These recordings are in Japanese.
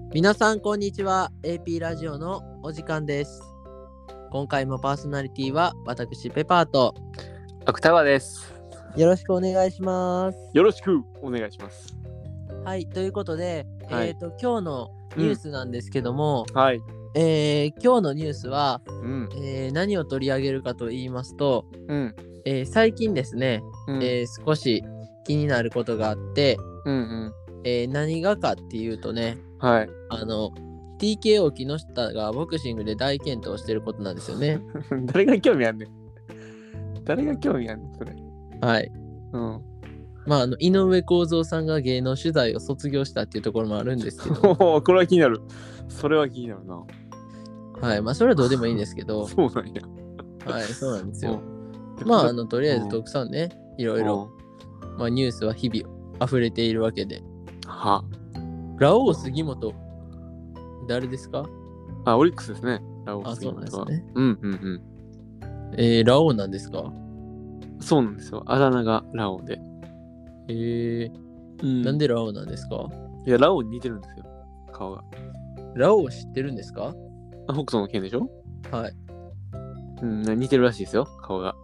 皆さんこんにちは。 AP ラジオのお時間です。今回もパーソナリティは私ペパーと芥川です。 よろしくお願いします。 よろしくお願いします。 はい、ということで、 はい、 今日のニュースなんですけども、 はい、 今日のニュースは、何を取り上げるかと言いますと、最近ですね、少し気になることがあって、何がかっていうとね、 はい。 TKO 木下がボクシングで大健闘してることなんですよね。 誰が興味あんねん。誰が興味あんねん、それ。 はい。井上公造さんが芸能取材を卒業したっていうところもあるんですけど、 これは気になる。それは気になるな。 はい。それはどうでもいいんですけど、 そうなんや。 はい、そうなんですよ。 うとりあえず徳さんね、いろいろ、ニュースは日々溢れているわけで。 は。 ラオウ杉本、誰ですか？ オリックスですね。ラオウそうなんですは。 ね。ラオウなんですか？ そうなんですよ。あだ名がラオウで。 なんでラオウなんですか？ いや、ラオウに似てるんですよ。顔が。 ラオウ知ってるんですか？ 北斗の拳でしょ？ はい。 似てるらしいですよ、顔が。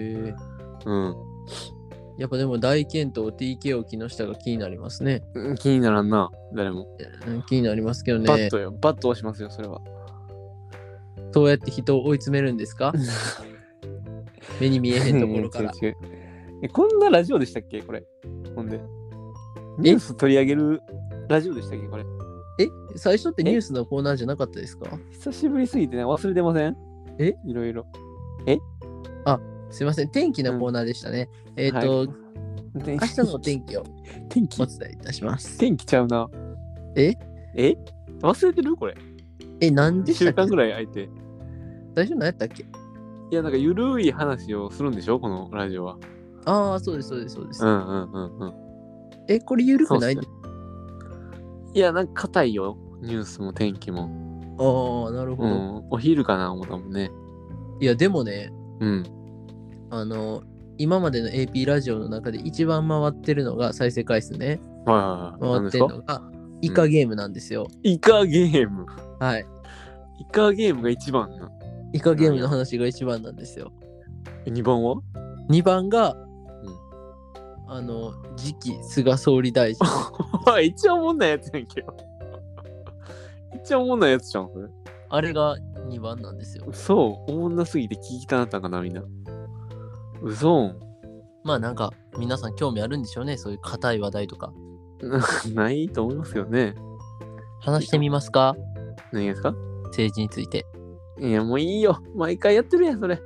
やっぱでも大健闘 TKO 木下が気になりますね。 気にならんな、誰も。 気になりますけどね。 バット押しますよ、それは。 そうやって人を追い詰めるんですか？目に見えへんところから。 違うこんなラジオでしたっけこれ。ほんで。ニュース取り上げるラジオでしたっけこれ。 最初ってニュースのコーナーじゃなかったですか？ 久しぶりすぎてね、忘れてません？いろいろ。 すいません。天気のコーナーでしたね。明日の天気をお伝えいたします。 天気ちゃうな。忘れてるこれ。 何でしたっけ？ 1週間ぐらい空いて。 最初何やったっけ？ いや、なんかゆるい話をするんでしょこのラジオは。 そうです。これゆるくない？ いや、なんか硬いよ。ニュースも天気も。 なるほど。 お昼かな思ったもんね。 いや、でもね、今までの AP ラジオの中で一番回ってるのが再生回数ね。回ってるのがイカゲームなんですよ。 イカゲーム。 はい。 イカゲームが一番な。 イカゲームの話が一番なんですよ。 2番は ?2 番が、次期菅総理大臣。 一番おもんないやつやんけど。一番おもんないやつじゃん、それ。 あれが2番なんですよ。 そう、おもんなすぎて聞きたなったんかな、みんな。うそん。 皆さん興味あるんでしょうね、そういう硬い話題とか。 ないと思いますよね。 話してみますか？ 何ですか？ 政治について。 いや、もういいよ。毎回やってるやん、それ。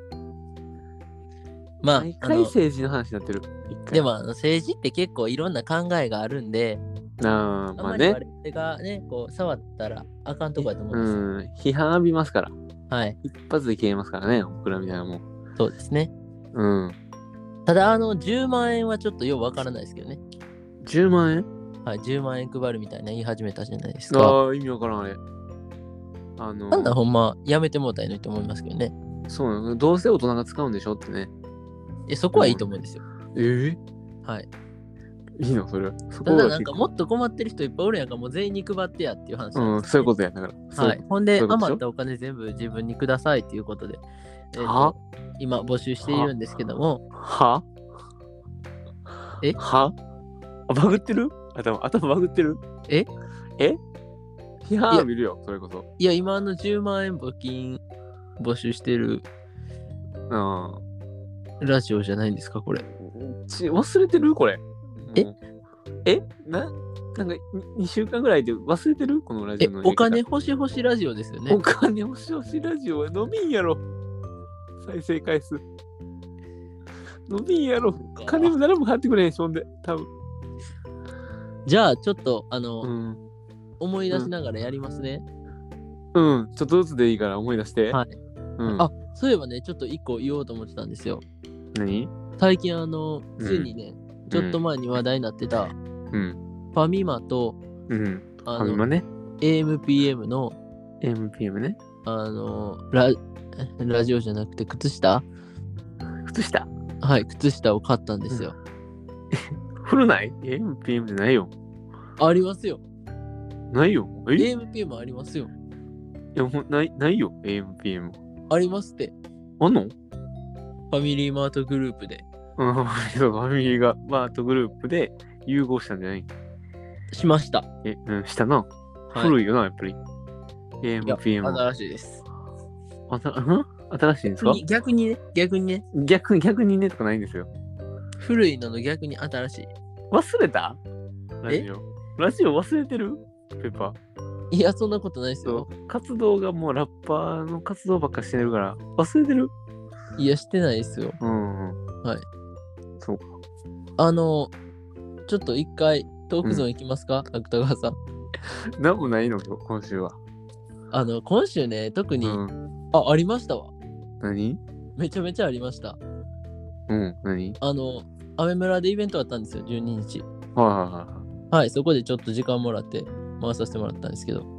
毎回政治の話になってる。 でも政治って結構いろんな考えがあるんで、あんまり我々がね、触ったらあかんとこやと思うんです批判浴びますから。 はい。 一発で消えますからね、僕らみたいなもん。 そうですね。ただ10万円はちょっとようわからないですけどね。 10万円？ はい、10万円配るみたいな言い始めたじゃないですか。 意味わからん、あれ。 なんだほんまやめてもうたいのと思いますけどね。 そうなの。どうせ大人が使うんでしょってね。 そこはいいと思うんですよ。はい。 いいのそれ。 ただもっと困ってる人いっぱいおるやんか、もう全員に配ってやっていう話なんです、 そういうことやだから。 はい。ほんで余ったお金全部自分にくださいっていうことで、今募集しているんですけども。 バグってる？頭バグってる？批判浴びるよ、それこそ。 いや、今10万円募金募集してるラジオじゃないんですか、これ。 忘れてるこれ。なんか2週間ぐらいで忘れてるこのラジオの。 お金欲し欲しラジオですよね。 お金欲し欲しラジオは伸びんやろ。再生回数。伸びんやろ。金も誰も払ってくれへんし、ほんで、多分。 じゃあ、ちょっと、思い出しながらやりますね。 ちょっとずつでいいから思い出して。 はい。そういえばね、ちょっと1個言おうと思ってたんですよ。 何？ 最近ついにね、ちょっと前に話題になってた、ファミマと、 ファミマね。 AMPM の、 AMPM ね。 ラジオじゃなくて靴下はい、靴下を買ったんですよ。 古ない？ AMPM じゃないよ。 ありますよ。 ないよ。 AMPM ありますよ。 いや、ないよ、AMPM。 ありますって。 あんの？ ファミリーマートグループで。 そう、ファミリーマートグループで融合したんじゃない？ しました。 したな。 はい、 古いよな、やっぱり。AMPM。 新しいです。 新しいんですか？ 逆にね。逆にねとかないんですよ。 古いのの逆に新しい。 忘れた？ラジオ忘れてる？ペッパー。いや、そんなことないですよ。 活動がもうラッパーの活動ばっかしてるから忘れてる？ いや、してないですよ。はい。 そうか。 ちょっと一回トークゾーン行きますか、芥川さん。 なんもないの今週は。 今週ね、特に、ありましたわ。 何？ めちゃめちゃありました。 何？ アメ村でイベントあったんですよ、12日。 はい、 そこでちょっと時間もらって回させてもらったんですけど。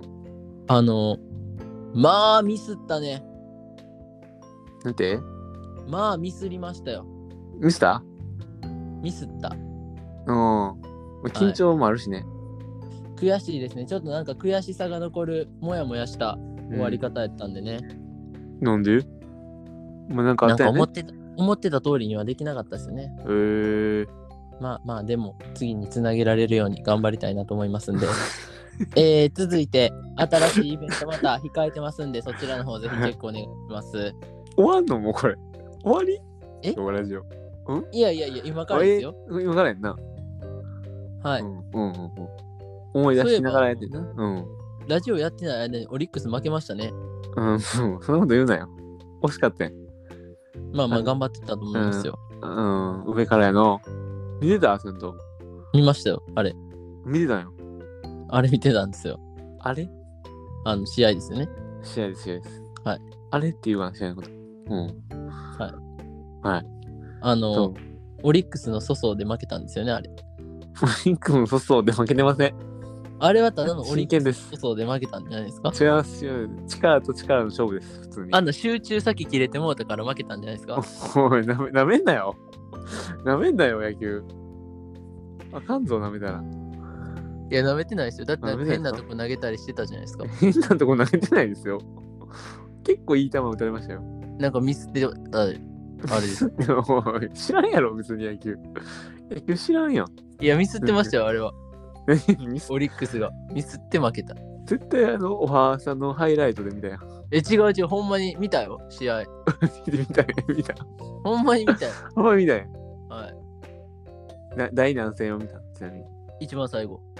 まあ、ミスったね。 なんて？ まあ、ミスりましたよ。 ミスった？緊張もあるしね。 悔しいですね。ちょっとなんか悔しさが残るモヤモヤした終わり方やったんでね。 なんで？なんかあったよね。 思ってた通りにはできなかったですよね。まあでも次につなげられるように頑張りたいなと思いますんで。続いて新しいイベントまた控えてますんで、そちらの方ぜひチェックお願いします。 終わんの？もうこれ終わり？ラジオ。 いや今からですよ。 今からやんな。 はい。 思い出しながらやってんな。 ラジオやってない間にオリックス負けましたね。 そんなこと言うなよ。惜しかったん。 まあ頑張ってたと思いますよ。 上からやの。見てた？ 見ましたよ、あれ。 見てたよ。 あれ見てたんですよ。 あれ？ 試合ですよね。 試合です。 はい。 あれっていうか試合のこと。はい。 オリックスの粗相で負けたんですよね、あれ。 オリックスの粗相で負けてません。 あれはただのオリックスの粗相で負けたんじゃないですか？ 違う。力と力の勝負です、普通に。 集中先切れてもうたから負けたんじゃないですか？ おい、なめんなよ。野球。あかんぞ、なめたら。 いや、なめてないですよ。だって変なとこ投げたりしてたじゃないですか。 変なとこ投げてないですよ。結構いい球打たれましたよ。 なんかミスってた、あれです。 知らんやろ、別に野球。野球知らんやん。 いや、ミスってましたよ、あれは。オリックスがミスって負けた。 絶対おはさんのハイライトで見たやん。 違う、ほんまに見たよ、試合。 見た。 ほんまに見たよ。 ほんまに見たやん。 はい。 第何戦を見た？ちなみに。 一番最後。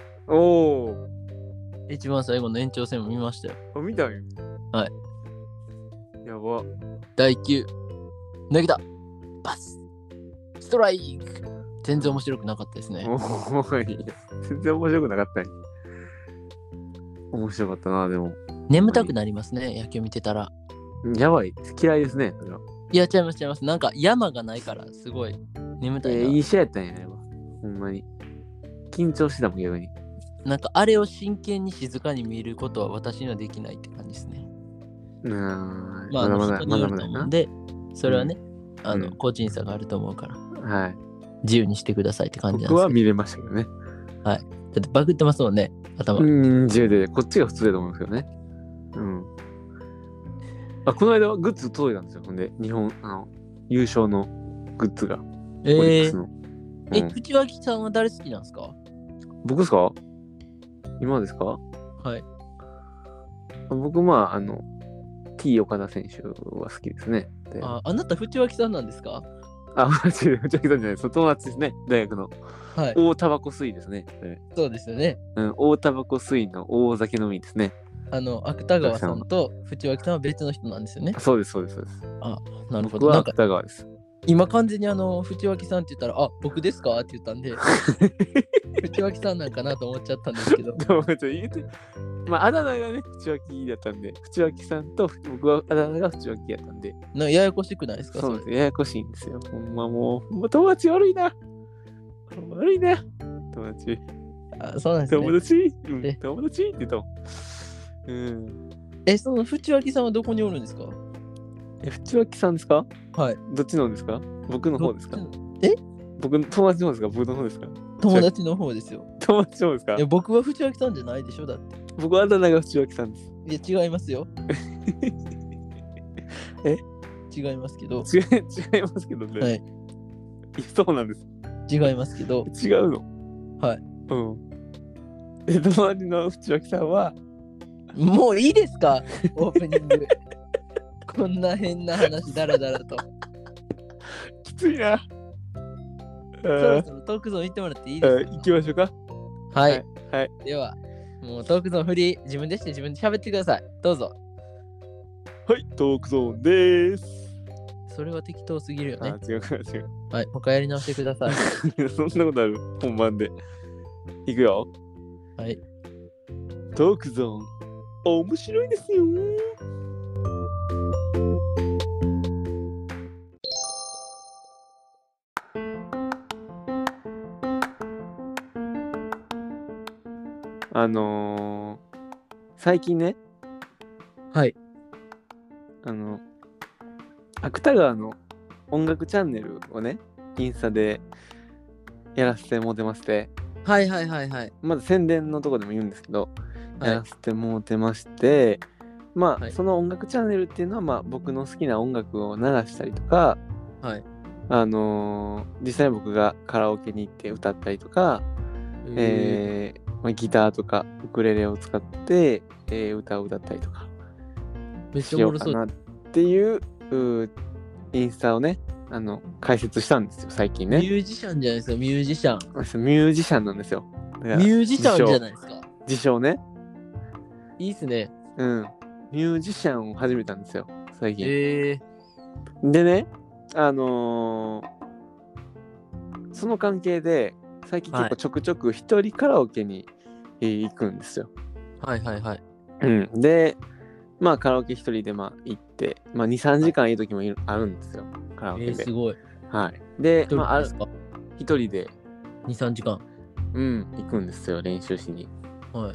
一番最後の延長戦も見ましたよ。 見たんよ。 はい。 やば。 第9。投げた。パス。ストライク。全然面白くなかったですね。 全然面白くなかったね。面白かったな、でも。 眠たくなりますね、野球見てたら。 やばい。嫌いですね、それは。 いや、違います。なんか山がないからすごい眠たいな。 いい試合やったんやね、ほんまに。緊張してたもん、逆に。 なんかあれを真剣に静かに見ることは私にはできないって感じですね。 まだまだなんで、それはね、個人差があると思うから。 はい。 自由にしてくださいって感じなんです。 僕は見れましたけどね。 はい。だってバグってますもんね、頭。 自由で、こっちが普通だと思うんですけどね。この間はグッズ届いたんですよ。ほんで、日本、優勝のグッズが。オリックスの。 口脇さんは誰好きなんですか？ 僕ですか？今ですか？ はい。 僕、T 岡田選手は好きですね。 あなた、藤脇さんなんですか？ 藤脇さんじゃない、友達ですね、大学の。 はい。 大タバコ吸いですね。 そうですよね。 大タバコ吸いの大酒飲みですね。 芥川さんと藤脇さんは別の人なんですよね。 そうです。 なるほど。 僕は芥川です。 今完全に藤脇さんって言ったら、僕ですかって言ったんで、藤脇さんなんかなと思っちゃったんですけど。 あだ名がね、藤脇だったんで、藤脇さんと僕はあだ名が藤脇やったんで。 ややこしくないですか？ そうです。ややこしいんですよ。ほんまもう友達悪いな。友達。 そうなんですね。 友達って言ったもん。 その藤脇さんはどこにおるんですか？ 藤脇さんですか？ はい。 どっちのですか？僕の方ですか？ え？ 僕の友達の方ですか？僕の方ですか？ 友達の方ですよ。 友達もですか？ 僕は藤脇さんじゃないでしょだって。 僕はあだ名が藤脇さんです。 いや違いますよ。違いますけど。 違いますけどね。 はい。 そうなんです。 違いますけど。 違うの。 はい。 うん。で、隣の藤脇さんは、 もういいですかオープニング。こんな変な話だらだらと。 きついな。 そろそろトークゾーン行ってもらっていいですか？ 行きましょうか。 はい。 はい。 では、もうトークゾーン振り、自分でして自分で喋ってください。どうぞ。 はい、トークゾーンです。 それは適当すぎるよね。 違う。 はい、もう一回やり直してください。 そんなことある？本番で。いくよ。 はい。 トークゾーン、面白いですよ。最近ね、 はい。 芥川の音楽チャンネルをね、インスタでやらせてもうてまして、 はい。 まず宣伝のとこでも言うんですけど、 はいやらせてもうてまして、まあ、 はいその音楽チャンネルっていうのは、まあ、僕の好きな音楽を流したりとか、 はい。 実際に僕がカラオケに行って歌ったりとか、まあ、ギターとかウクレレを使って、歌を歌ったりとかめっちしゃおもろそう。 ようかなっていうインスタをね開設したんですよ最近ね。 ミュージシャンじゃないですか、ミュージシャン。 ミュージシャンなんですよ。 ミュージシャンじゃないですか。 自称ね。 いいっすね。 うん。ミュージシャンを始めたんですよ最近。 でね、その関係で最近結構ちょくちょく一人カラオケに、行くんですよ。 はい。 うん。で、まあカラオケ一人でまあ行って、まあ2、3時間いい時もあるんですよ。カラオケで。 すごい。 はい。で、 一人ですか？ 一人で、 2、3時間。 行くんですよ、練習しに。 はい。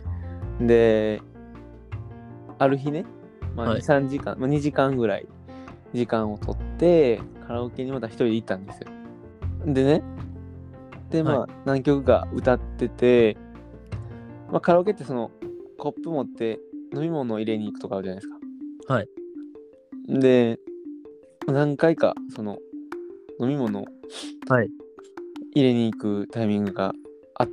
で、ある日ね、まあ2、 はい 3時間、まあ2時間ぐらい時間を取って、カラオケにまた一人で行ったんですよ。でね、で、まあ何曲か歌ってて、まあカラオケってそのコップ持って飲み物を入れに行くとかあるじゃないですか。 はい。 で、何回かその飲み物をはい。 入れに行くタイミングがあって、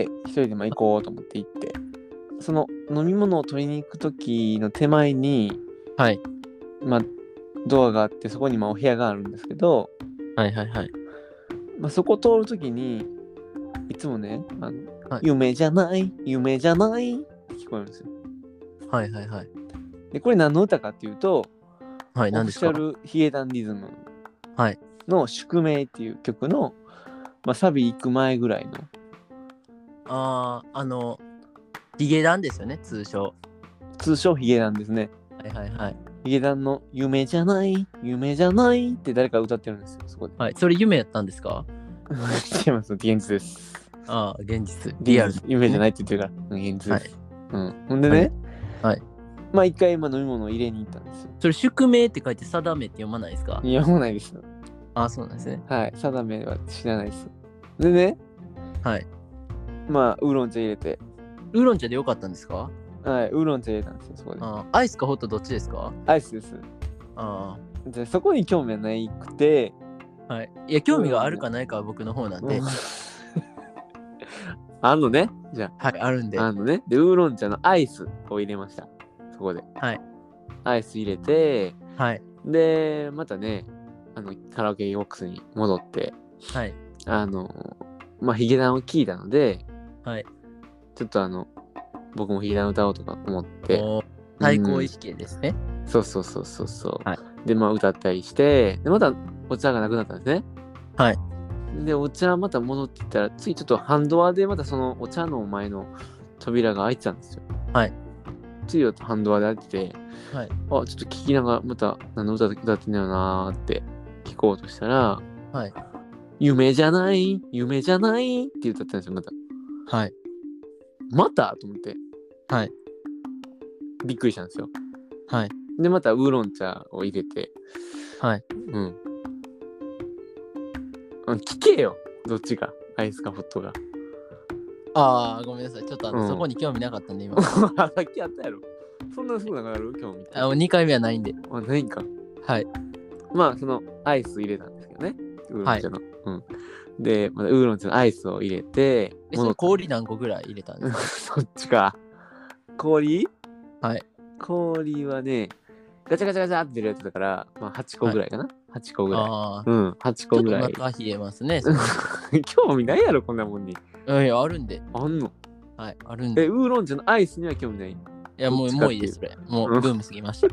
一人でまあ行こうと思って行って、その飲み物を取りに行く時の手前に、 はい。 まあドアがあってそこにまあお部屋があるんですけど、 はい。 まあ、そこ通る時にいつもね、 はい夢じゃないって聞こえるんですよ。 はい。 で、これ何の歌かっていうと、 はい、 オフィシ何ですか？ ャルヒゲダンディズムはい。 の宿命っていう曲の、まあ、サビ行く前ぐらいの。 ヒゲダンですよね、通称。 通称ヒゲダンですね。 はい。 ヒゲダンの夢じゃないって誰か歌ってるんですよ、そこで。 はい。それ夢やったんですか？ 違います、現実です。 ああ、現実。リアル。 夢じゃないって言ってるから、現実です。 はい。 ほんでね、 はい。 まあ一回飲み物を入れに行ったんですよ。 それ宿命って書いて定めって読まないですか？ 読まないです。 ああ、そうなんですね。 はい、定めは知らないです。でね、 はい。 まあウーロン茶入れて、 ウーロン茶でよかったんですか？ はい、ウーロン茶入れたんですよ、そこで。 アイスかホットどっちですか？ アイスです。 あでそこに興味はないくて、 あ。はい。いや、興味があるかないかは僕の方なんで。 あのね、じゃはい、あるんで。 あ、で、ウーロン茶のアイスを入れました。そこで。 はい。 アイス入れて、 はい。 で、またね、カラオケボックスに戻って、 はい。 まあ、ヒゲダンを聞いたので、 はい。 ちょっと僕もヒゲダン歌おうとか思って。 対抗意識ですね。 そう。 はい。 で、まあ、歌ったりして、で、またお茶がなくなったんですね。 はい。 で、お茶また戻っていったら、次ちょっとハンドアでまたそのお茶の前の扉が開いてたんですよ。 はい。 次はハンドアで開いてて、 はい。 ちょっと聞きながらまた何の歌歌ってんだよなーって聞こうとしたら、 はい。 夢じゃないって歌ったんですよ、また。 はい。 またと思って。 はい。 びっくりしたんですよ。 はい。 で、またウーロン茶を入れて。 はい。 聞けよ、どっちが、アイスかホットが。 ああ、ごめんなさい。ちょっとうんそこに興味なかったんで、今。 さっきあったやろ。そんなすぐなくなる興味って。 2回目はないんで。 ないんか。 はい。 まあ、そのアイス入れたんですけどね。ウーロン茶の。うん。で、またウーロン茶のアイスを入れて、 その氷何個ぐらい入れたんですか？ そっちか。氷はい。 氷はね、ガチャガチャガチャって出るやつだから、まあ8個ぐらいかな。8個ぐらい。 ああ、 うん、8個ぐらい。 ちょっとお腹冷えますね。 興味ないやろ、こんなもんに。 いや、あるんで。 あんの？ はい、あるんで。 ウーロン茶のアイスには興味ない？いや、もういいです、それ。もうブーム過ぎました。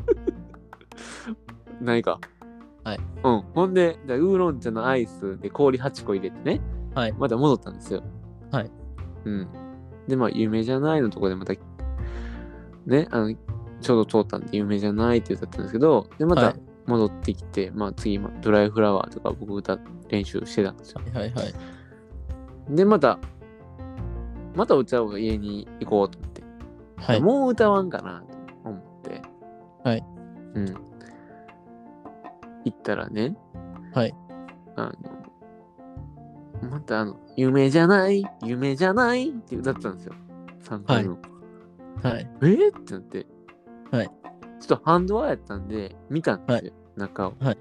ないか。 はい。 うん。ほんで、ウーロン茶のアイスで氷8個入れてね。 はい。 また戻ったんですよ。 はい。 うん。で、まあ、夢じゃないのとこでまた、ね、ちょうど通ったんで、夢じゃないって歌ったんですけど、で、また戻ってきて、まあ、次、ドライフラワーとか僕練習してたんですよ。 はいはい。 で、また歌おう家に行こうと思って。はい。もう歌わんかなと思って。 はい。 うん。行ったらね。 はい。 また夢じゃないって歌ってたんですよ。3回も。 はい。 ってなって。 はい。 ちょっとハンドワーやったんで、見たんですよ、中を。 はい。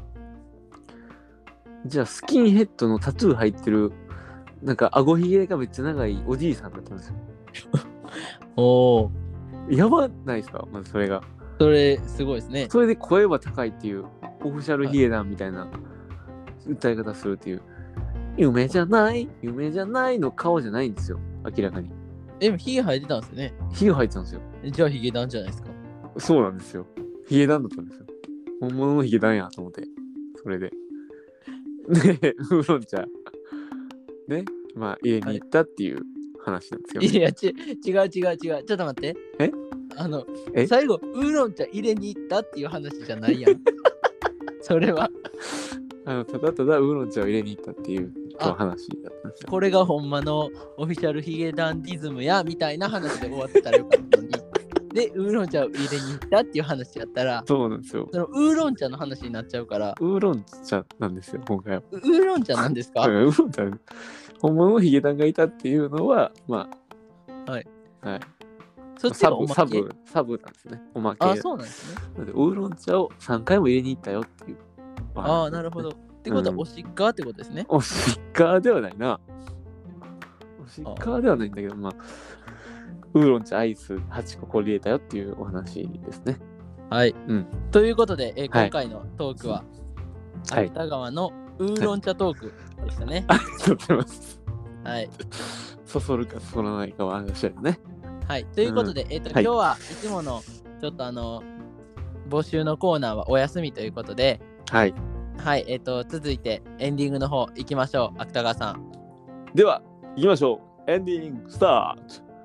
じゃあ、スキンヘッドのタトゥー入ってる、なんか、顎ひげがめっちゃ長いおじいさんだったんですよ。 おー。 やばないですか？まずそれが。 それ、すごいですね。 それで声は高いっていう、オフィシャルヒゲダンみたいな歌い方するっていう。夢じゃないの顔じゃないんですよ、明らかに。 ヒゲ生えてたんですよね。 ヒゲ生えてたんですよ。 じゃあヒゲダンじゃないですか。 そうなんですよ。ヒゲダンだったんですよ。本物のヒゲダンやと思って。それで。で、ウーロン茶。ね。まあ、家に行ったっていう話なんですけど、ね。 いや、違う。ちょっと待って。最後、ウーロン茶入れに行ったっていう話じゃないやん。それは。 ただただウーロン茶を入れに行ったっていう話だったんですよ。 これがほんまのオフィシャルヒゲダンディズムやみたいな話で終わってたらよかったのに。で、ウーロン茶を入れに行ったっていう話やったら、 そうなんですよ。 そのウーロン茶の話になっちゃうから。 ウーロン茶なんですよ、今回は。 ウーロン茶なんですか？ ウーロン茶。本物のヒゲダンがいたっていうのは、まあ。はい。 はい。 そっちがおまけ？ サブなんですね。おまけ。 あ、そうなんですね。 ウーロン茶を3回も入れに行ったよっていう。 ああ、なるほど。ってことは、おしっかってことですね。 おしっかではないな。おしっかではないんだけど、まあ、ウーロン茶アイス8個これ入れたよっていうお話ですね。 はい。ということで、今回のトークは、芥川のウーロン茶トークでしたね。 ありがとうございます。 はい。 そそるかそそらないかは話だよね。 はい。ということで、今日はいつものちょっと募集のコーナーはお休みということで、 はい。 はい。続いてエンディングの方行きましょう。芥川さん。 では、行きましょう。エンディングスタート。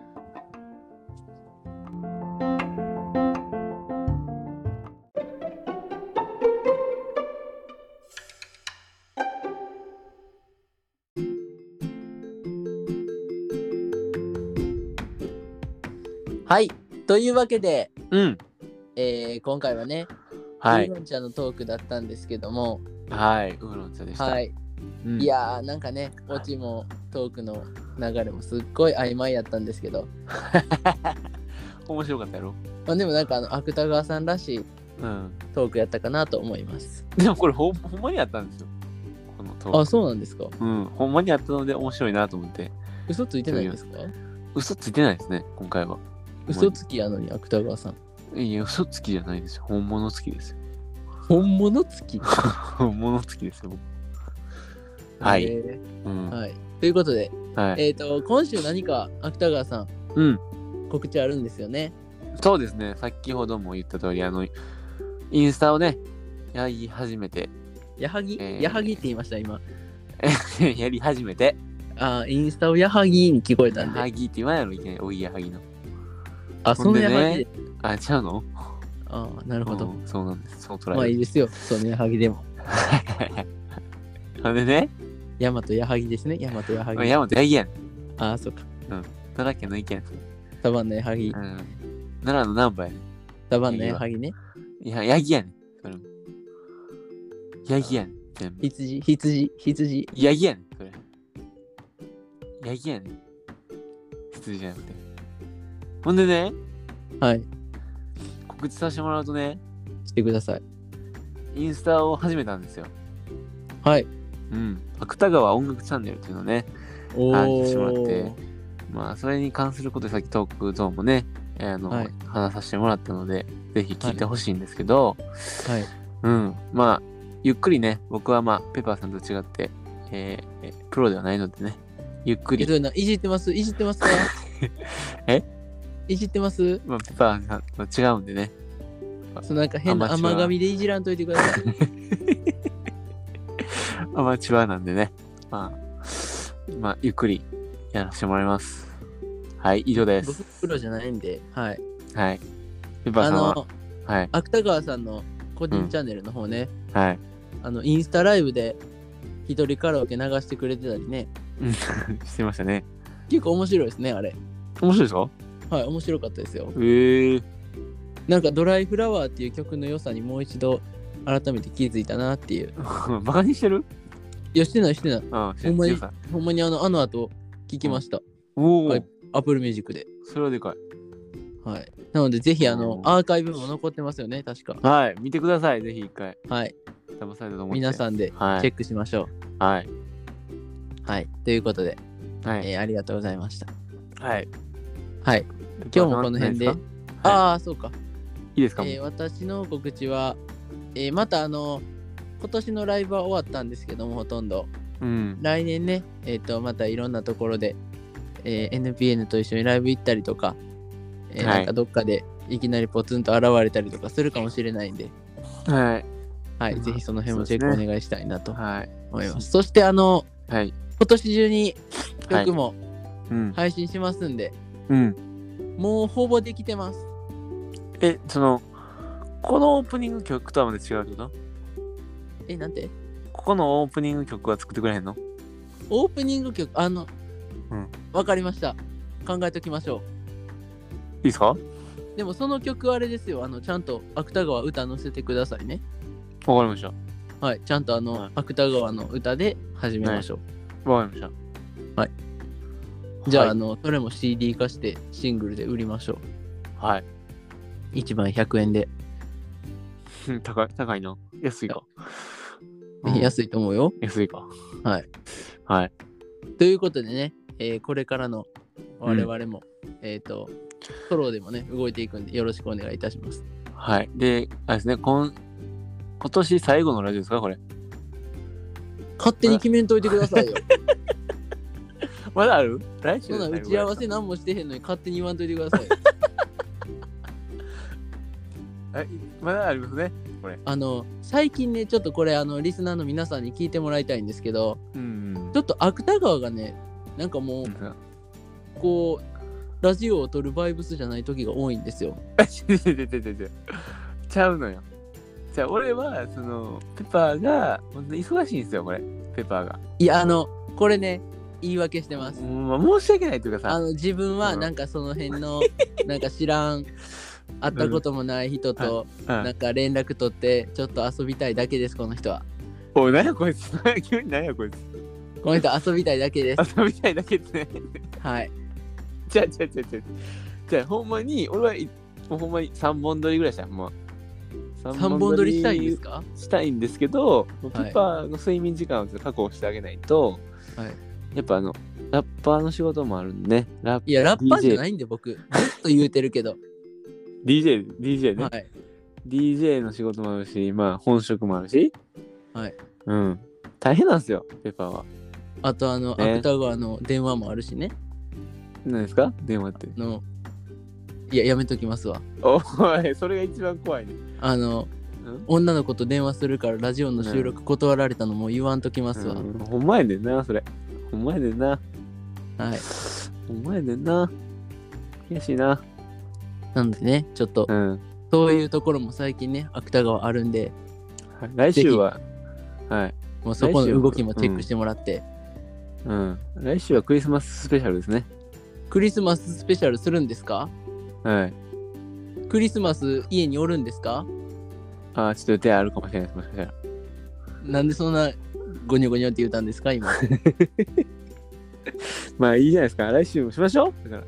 はい。というわけで、今回はね、ウーロン茶のトークだったんですけども、 はい、ウーロン茶でした。 はい。いやー、なんかね、オチもトークの流れもすっごい曖昧やったんですけど。 面白かったやろ。 でもなんか芥川さんらしいトークやったかなと思います。 でもこれほんまにやったんですよ。このトーク。 あ、そうなんですか。 ほんまにやったので面白いなと思って。 嘘ついてないんですか？ 嘘ついてないですね、今回は。 嘘つきやのに芥川さん。いや、嘘つきじゃないですよ。本物つきですよ。 本物つき本物つきですよ。はい。 はい。ということで、今週何か芥川さん、告知あるんですよね。 そうですね。先ほども言った通り、インスタをね、やり始めて。 やはぎって言いました、今。 やり始めて。 インスタをやはぎに聞こえたんで。 やはぎって言わないのいけない。おいやはぎの。 あ、そのやはぎで。 あ、ちゃうの？ ああ、なるほど。 そうなんです。そう捉える。 まあいいですよ。そのやはぎでも。 ほんでね。 大和やはぎですね。大和やはぎ。 大和やぎやねん。ああ、そうか。 奈良県の意見。 サバンナやはぎ。 奈良の南波やね。 サバンナやはぎね。 いや、ヤギやねん。それも。ヤギやねん。 羊。 ヤギやねん。それ。ヤギやねん。 羊じゃなくて。ほんでね、 はい。 告知させてもらうとね、 してください。 インスタを始めたんですよ。 はい。 芥川音楽チャンネルっていうのをね、話してもらって、まあ、それに関することでさっきトークゾーンもね、はい、話させてもらったので、ぜひ聞いてほしいんですけど、はい。まあ、ゆっくりね、僕はまあ、ペッパーさんと違って、プロではないのでね、ゆっくり。 いじってますかえいじってます？ まあ、ペッパーさんと違うんでね。 なんか変な甘噛みでいじらんといてください。 アマチュアなんでね。まあ、ゆっくりやらせてもらいます。はい、以上です。 僕プロじゃないんで、はい。 はい。ペッパーさんは、はい。 芥川さんの個人チャンネルの方ね、 はい。 インスタライブで一人カラオケ流してくれてたりね。 してましたね。 結構面白いですね、あれ。 面白いですか？ はい、面白かったですよ。なんかドライフラワーっていう曲の良さにもう一度改めて気づいたなっていう。 バカにしてる？ いや、してない。ほんまにあの後聞きました。はい、Apple Music で。 それはでかい。 はい。なのでぜひアーカイブも残ってますよね、確か。 はい、見てください、ぜひ一回。 はい。 騙されたと思って。 皆さんでチェックしましょう。はい。 はい。ということで、 はい、 ありがとうございました。 はい。 はい。今日もこの辺で。 はい、 ああ、そうか。 いいですか？ 私の告知は、また今年のライブは終わったんですけども、ほとんど。来年ね、またいろんなところで、NPN と一緒にライブ行ったりとか、なんかどっかでいきなりポツンと現れたりとかするかもしれないんで、 はい。 はい、ぜひその辺もチェックお願いしたいなと思います。そして今年中に曲も配信しますんで、もうほぼできてます。 このオープニング曲とはまた違うってこと？ なんて？ ここのオープニング曲は作ってくれへんの？ オープニング曲、わかりました。考えときましょう。いいですか？ でもその曲あれですよ。ちゃんと芥川歌載せてくださいね。 わかりました。 はい、ちゃんと芥川の歌で始めましょう。わかりました。 はい。じゃあ、それも CD 化してシングルで売りましょう。はい。 1枚100円で。 高いな。安いか。 安いと思うよ。 安いか。 はい。 はい。 ということでね、これからの我々も、ソロでもね、動いていくんでよろしくお願いいたします。 はい。で、あれですね、今年最後のラジオですか、これ。 勝手に決めんといてくださいよ。 まだある？来週そんな打ち合わせ何もしてへんのに勝手に言わんといてくださいよ。 まだありますね、これ。 最近ね、ちょっとこれリスナーの皆さんに聞いてもらいたいんですけど、ちょっと芥川がね、なんかもう、こう、ラジオを撮るバイブスじゃない時が多いんですよ。 ちゃうのよ。じゃあ俺はペッパーが本当に忙しいんですよ、これ。ペッパーが。 いやこれね、言い訳してます。 申し訳ないというかさ。 自分はなんかその辺のなんか知らん。会ったこともない人となんか連絡取ってちょっと遊びたいだけです、この人は。 おい、何やこいつ。急に何やこいつ。 この人遊びたいだけです。 遊びたいだけですね。 はい。 じゃあほんまに俺はもうほんまに3本撮りぐらいした。もう 3本撮りしたいんですか？ したいんですけど、ペッパーの睡眠時間を確保してあげないと、やっぱラッパーの仕事もあるんでね。 いや、ラッパーじゃないんで僕ずっと言うてるけど。 DJ ね。 はい。 DJ の仕事もあるし、まあ本職もあるし。 はい。 大変なんですよ、ペッパーは。 あと芥川の電話もあるしね。 何ですか？電話って。 いや、やめときますわ。 おい、それが一番怖いね。 女の子と電話するからラジオの収録断られたのも言わんときますわ。 ほんまやねんな、それ。ほんまやねんな。 はい。 ほんまやねんな。悔しいな。 なんでね、ちょっと、そういうところも最近ね、芥川あるんで、 来週は、 もうそこの動きもチェックしてもらって。 来週はクリスマススペシャルですね。 クリスマススペシャルするんですか？ はい。 クリスマス家におるんですか？ ちょっと予定あるかもしれないです、もしかしたら。 なんでそんなゴニョゴニョって言ったんですか、今。 まあいいじゃないですか。来週もしましょう。だから、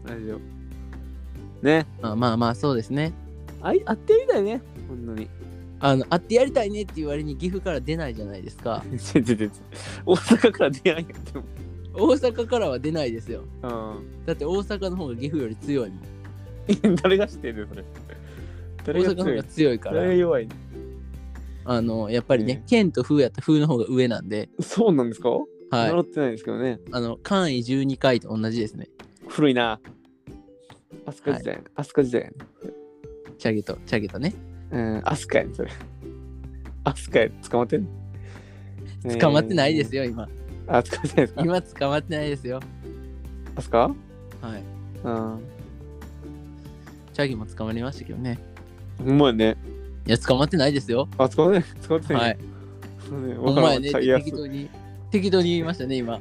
ラジオ。ね。 まあまあ、そうですね。 会ってみたいね。ほんとに。 会ってやりたいねって言われに岐阜から出ないじゃないですか。 大阪から出ないやん。でも大阪からは出ないですよ。 うん。 だって大阪の方が岐阜より強いもん。 誰が知ってんのそれ。 大阪の方が強いから。 誰が弱いのやっぱりね、 ね、 県と風やったら風の方が上なんで。 そうなんですか？ はい。 習ってないですけどね。 簡位12回と同じですね。 古いな。飛鳥時代、飛鳥時代やね。 チャゲとね。 飛鳥やね、それ。飛鳥や、捕まってんの？ 捕まってないですよ、今。 捕まってないですか？ 今捕まってないですよ。 飛鳥？ はい。 うん。 チャゲも捕まりましたけどね。 ほんまやね。 いや、捕まってないですよ。 捕まってない。 はい。ほんまやね、適当に言いましたね、今。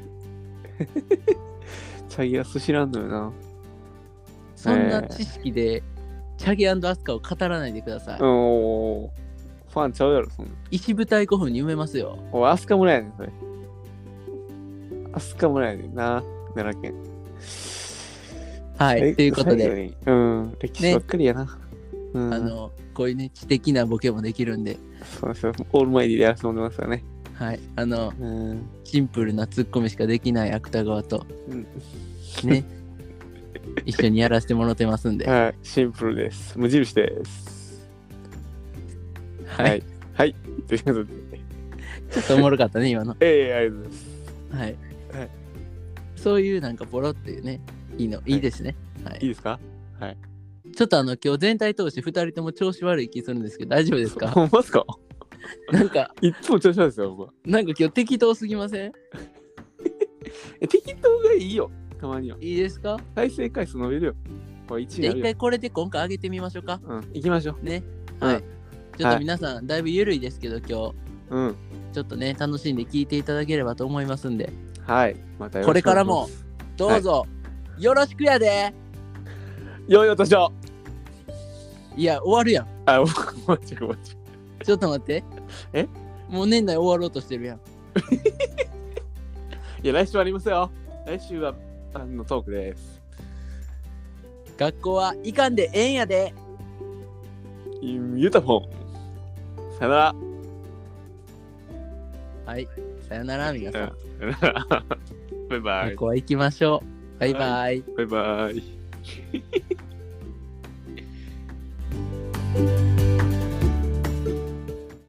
チャギアス知らんのよな。 そんな知識で、チャゲ&アスカを語らないでください。 ファンちゃうやろ、そんな。 石舞台古墳に埋めますよ。 アスカ村やねん、それ。アスカ村やねんな、奈良県。 はい、ということで。 歴史ばっかりやな。 こういうね、知的なボケもできるんで。 そうですよ、オールマイティでやらせてもらいますからね。 はい、シンプルなツッコミしかできない芥川と、ね、一緒にやらせてもらってますんで。 はい、シンプルです。無印です。はい。はい。ということで。 ちょっとおもろかったね、今の。 ありがとうございます。 はい。そういうなんかポロっていうね、いいですね。はい。 いいですか？はい。 ちょっと今日全体通して2人とも調子悪い気するんですけど、大丈夫ですか？ ほんまっすか？ なんか、 いつも調子悪いですよ、僕は。 なんか今日適当すぎません？ 適当がいいよ、たまには。 いいですか？ 再生回数伸びるよ。 じゃあ一回これで今回上げてみましょうか。 行きましょう。 ね。はい。ちょっと皆さん、だいぶ緩いですけど、今日。 ちょっとね、楽しんで聞いていただければと思いますんで。 はい。またこれからも、どうぞ、よろしくやで。 よいお年を。 いや、終わるやん。ちょっと待って。もう年内終わろうとしてるやん。 いや、来週ありますよ。来週はトークです。 学校は行かんでええんやで。 ゆたぽん。さよなら。 はい。さよなら、皆さん。 バイバイ。 学校は行きましょう。バイバイ。 バイバイ。